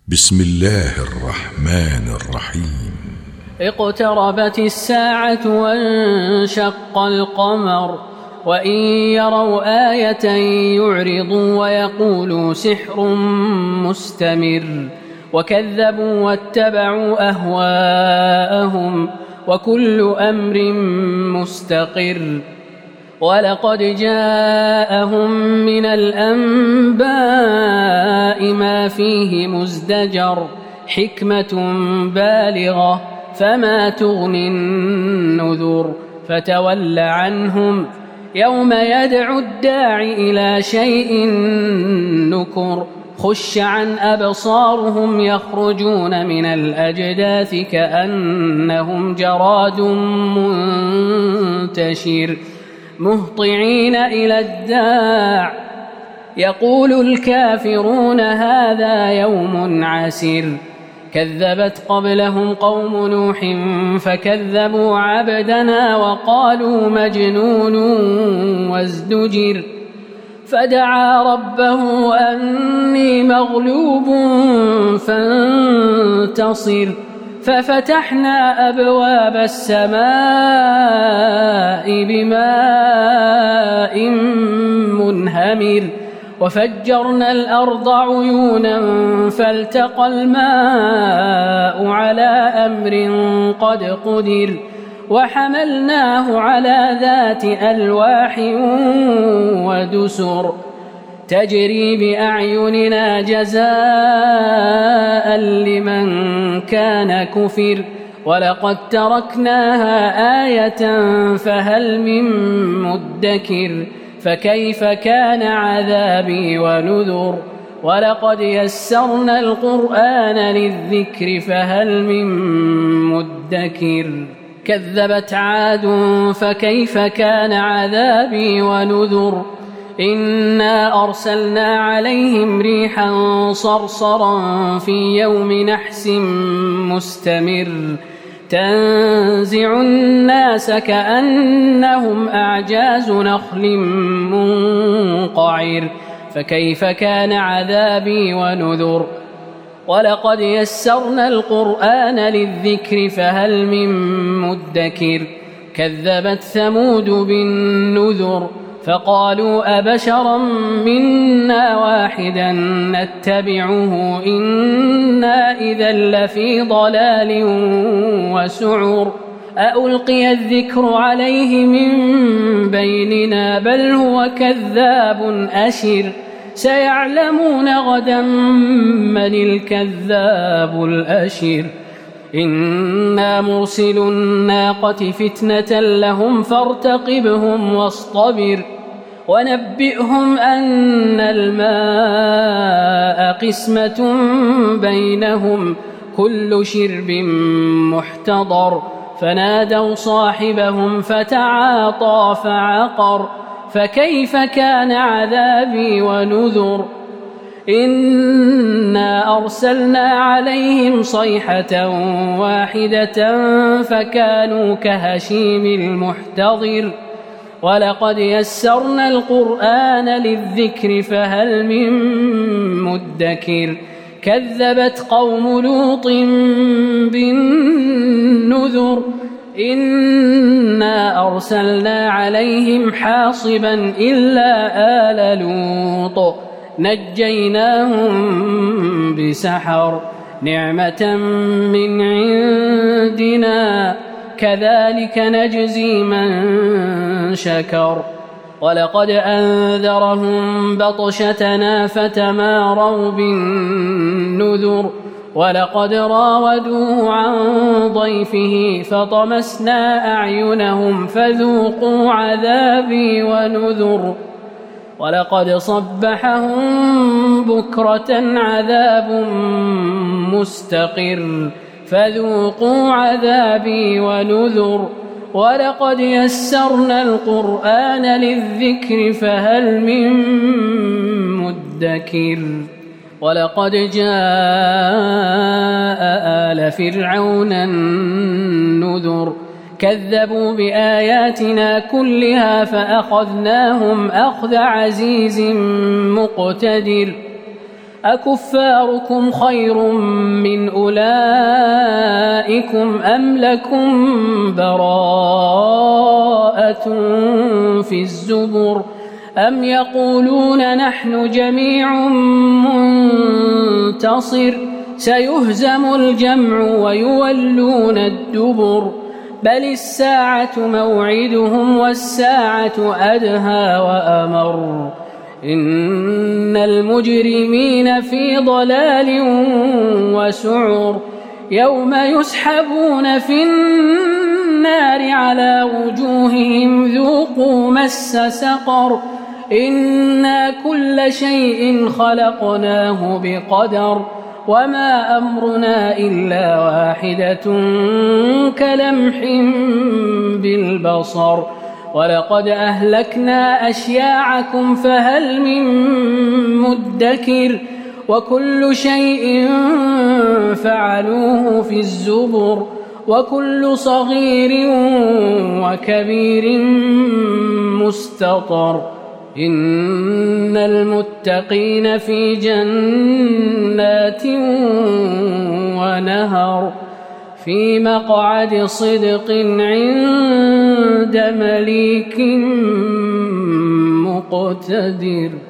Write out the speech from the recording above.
بسم الله الرحمن الرحيم. اقتربت الساعة وانشق القمر وإن يروا آية يعرضوا ويقولوا سحر مستمر وكذبوا واتبعوا أهواءهم وكل أمر مستقر. ولقد جاءهم من الأنباء ما فيه مزدجر حكمة بالغة فما تغني النذر فتول عنهم يوم يدعو الداع إلى شيء نكر خش عن أبصارهم يخرجون من الأجداث كأنهم جراد منتشر مهطعين إلى الداع يقول الكافرون هذا يوم عسير. كذبت قبلهم قوم نوح فكذبوا عبدنا وقالوا مجنون وازدجر فدعا ربه أني مغلوب فانتصر ففتحنا أبواب السماء بماء منهمر وفجرنا الأرض عيونا فالتقى الماء على أمر قد قدر وحملناه على ذات ألواح ودسر تجري بأعيننا جزاء لمن كان كفر ولقد تركناها آية فهل من مدكر فكيف كان عذابي ونذر. ولقد يسرنا القرآن للذكر فهل من مدكر. كذبت عاد فكيف كان عذابي ونذر. إنا أرسلنا عليهم ريحا صرصرا في يوم نحس مستمر تنزع الناس كأنهم أعجاز نخل منقعر فكيف كان عذابي ونذر. ولقد يسرنا القرآن للذكر فهل من مدكر. كذبت ثمود بالنذر فقالوا أبشرا منا واحدا نتبعه إنا إذا لفي ضلال وسعر أألقي الذكر عليه من بيننا بل هو كذاب أشر سيعلمون غدا من الكذاب الأشر. إنا مرسل الناقة فتنة لهم فارتقبهم واصطبر ونبئهم أن الماء قسمة بينهم كل شرب محتضر فنادوا صاحبهم فتعاطى فعقر فكيف كان عذابي ونذر. إنا أرسلنا عليهم صيحة واحدة فكانوا كهشيم المحتضر. ولقد يسرنا القرآن للذكر فهل من مدكر. كذبت قوم لوط بالنذر إنا أرسلنا عليهم حاصبا إلا آل لوط نجيناهم بسحر نعمة من عندنا كذلك نجزي من شكر. ولقد أنذرهم بطشتنا فتماروا بالنذر ولقد راودوه عن ضيفه فطمسنا أعينهم فذوقوا عذابي ونذر. ولقد صبحهم بكرة عذاب مستقر فذوقوا عذابي ونذر. ولقد يسرنا القرآن للذكر فهل من مدكر. ولقد جاء آل فرعون النذر كذبوا بآياتنا كلها فأخذناهم أخذ عزيز مقتدر أكفاركم خير من أولئكم أم لكم براءة في الزبر أم يقولون نحن جميع منتصر سيهزم الجمع ويولون الدبر بل الساعة موعدهم والساعة أدهى وأمر إن المجرمين في ضلال وسعر يوم يسحبون في النار على وجوههم ذوقوا مس سقر إنا كل شيء خلقناه بقدر وما أمرنا إلا واحدة كلمح بالبصر ولقد أهلكنا أشياعكم فهل من مدكر وكل شيء فعلوه في الزبر وكل صغير وكبير مستطر إن المتقين في جنات ونهر في مقعد صدق عند مليك مقتدر.